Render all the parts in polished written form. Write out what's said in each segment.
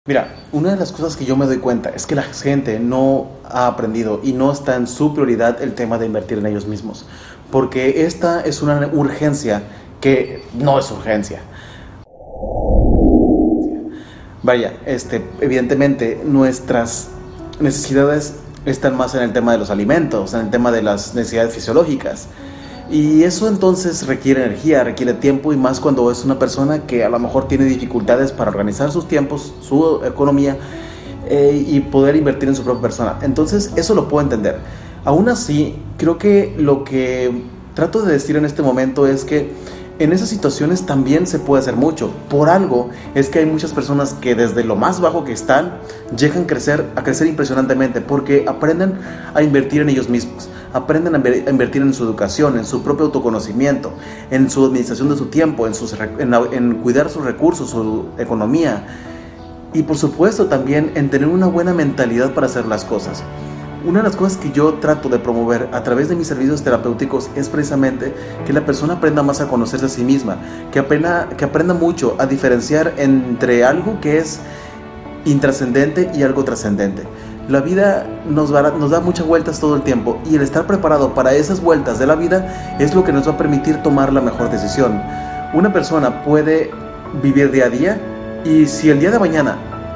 Mira, una de las cosas que yo me doy cuenta es que la gente no ha aprendido y no está en su prioridad el tema de invertir en ellos mismos, porque esta es una urgencia que no es urgencia. Vaya, evidentemente nuestras necesidades están más en el tema de los alimentos, en el tema de las necesidades fisiológicas. Y eso entonces requiere energía, requiere tiempo y más cuando es una persona que a lo mejor tiene dificultades para organizar sus tiempos, su economía y poder invertir en su propia persona. Entonces eso lo puedo entender. Aún así, creo que lo que trato de decir en este momento es que en esas situaciones también se puede hacer mucho. Por algo es que hay muchas personas que desde lo más bajo que están llegan a crecer impresionantemente porque aprenden a invertir en ellos mismos, aprenden a invertir en su educación, en su propio autoconocimiento, en su administración de su tiempo, en cuidar sus recursos, su economía y por supuesto también en tener una buena mentalidad para hacer las cosas. Una de las cosas que yo trato de promover a través de mis servicios terapéuticos es precisamente que la persona aprenda más a conocerse a sí misma, que aprenda mucho a diferenciar entre algo que es intrascendente y algo trascendente. La vida nos da muchas vueltas todo el tiempo y el estar preparado para esas vueltas de la vida es lo que nos va a permitir tomar la mejor decisión. Una persona puede vivir día a día y si el día de mañana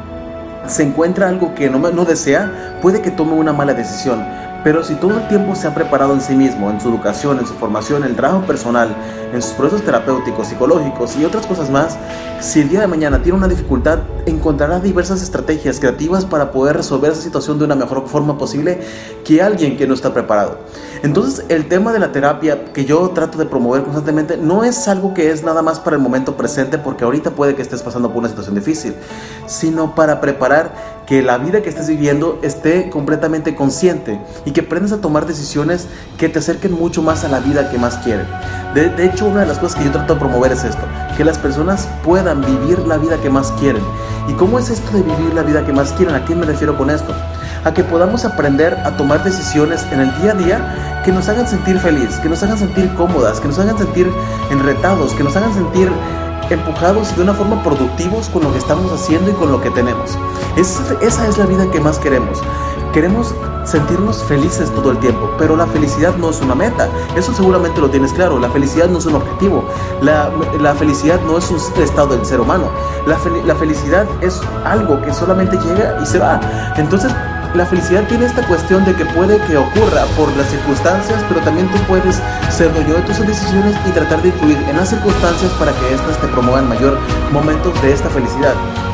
se encuentra algo que no desea, puede que tome una mala decisión. Pero si todo el tiempo se ha preparado en sí mismo, en su educación, en su formación, en el trabajo personal, en sus procesos terapéuticos, psicológicos y otras cosas más, si el día de mañana tiene una dificultad, encontrará diversas estrategias creativas para poder resolver esa situación de una mejor forma posible que alguien que no está preparado. Entonces, el tema de la terapia que yo trato de promover constantemente no es algo que es nada más para el momento presente, porque ahorita puede que estés pasando por una situación difícil, sino para preparar que la vida que estés viviendo esté completamente consciente y que aprendas a tomar decisiones que te acerquen mucho más a la vida que más quieren. De hecho, una de las cosas que yo trato de promover es esto, que las personas puedan vivir la vida que más quieren. ¿Y cómo es esto de vivir la vida que más quieren? ¿A qué me refiero con esto? A que podamos aprender a tomar decisiones en el día a día que nos hagan sentir feliz, que nos hagan sentir cómodas, que nos hagan sentir enretados, que nos hagan sentir empujados y de una forma productivos con lo que estamos haciendo y con lo que tenemos. Esa es la vida que más queremos. Queremos sentirnos felices todo el tiempo, pero la felicidad no es una meta. Eso seguramente lo tienes claro. La felicidad no es un objetivo. La felicidad no es un estado del ser humano. La felicidad es algo que solamente llega y se va. Entonces, la felicidad tiene esta cuestión de que puede que ocurra por las circunstancias, pero también tú puedes ser dueño de tus decisiones y tratar de influir en las circunstancias para que éstas te promuevan mayor momentos de esta felicidad.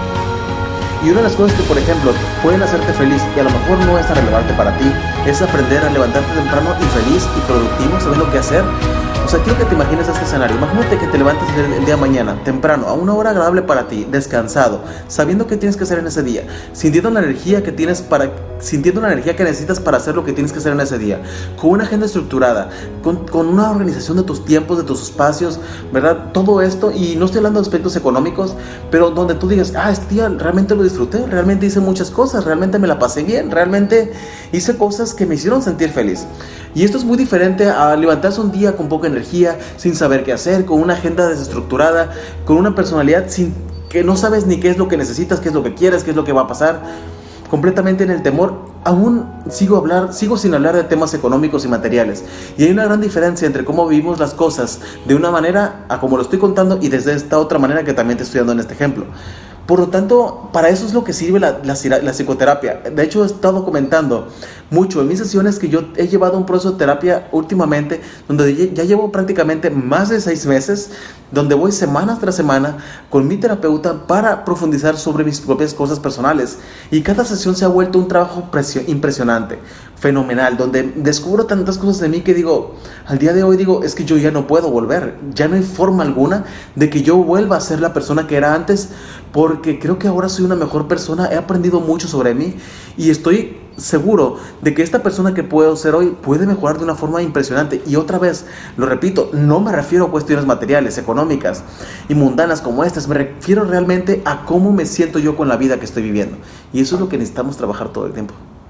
Y una de las cosas que, por ejemplo, pueden hacerte feliz y a lo mejor no es relevante para ti, es aprender a levantarte temprano y feliz y productivo, sabiendo qué hacer. O sea, quiero que te imagines este escenario. Imagínate que te levantes el día de mañana, temprano, a una hora agradable para ti, descansado, sabiendo qué tienes que hacer en ese día, sintiendo la energía que necesitas para hacer lo que tienes que hacer en ese día, con una agenda estructurada, con una organización de tus tiempos, de tus espacios, ¿verdad? Todo esto, y no estoy hablando de aspectos económicos, pero donde tú digas, este día realmente lo disfruté, realmente hice muchas cosas, realmente me la pasé bien, realmente hice cosas que me hicieron sentir feliz. Y esto es muy diferente a levantarse un día con poca energía, sin saber qué hacer, con una agenda desestructurada, con una personalidad que no sabes ni qué es lo que necesitas, qué es lo que quieres, qué es lo que va a pasar, completamente en el temor. Aún sigo sin hablar de temas económicos y materiales. Y hay una gran diferencia entre cómo vivimos las cosas de una manera a como lo estoy contando y desde esta otra manera que también te estoy dando en este ejemplo. Por lo tanto, para eso es lo que sirve la psicoterapia. De hecho, he estado comentando mucho en mis sesiones que yo he llevado un proceso de terapia últimamente, donde ya llevo prácticamente más de 6 meses, donde voy semana tras semana con mi terapeuta para profundizar sobre mis propias cosas personales. Y cada sesión se ha vuelto un trabajo impresionante, fenomenal, donde descubro tantas cosas de mí que digo, al día de hoy digo, es que yo ya no puedo volver, ya no hay forma alguna de que yo vuelva a ser la persona que era antes, porque creo que ahora soy una mejor persona, he aprendido mucho sobre mí y estoy seguro de que esta persona que puedo ser hoy puede mejorar de una forma impresionante. Y otra vez, lo repito, no me refiero a cuestiones materiales, económicas y mundanas como estas, me refiero realmente a cómo me siento yo con la vida que estoy viviendo. Y eso es lo que necesitamos trabajar todo el tiempo.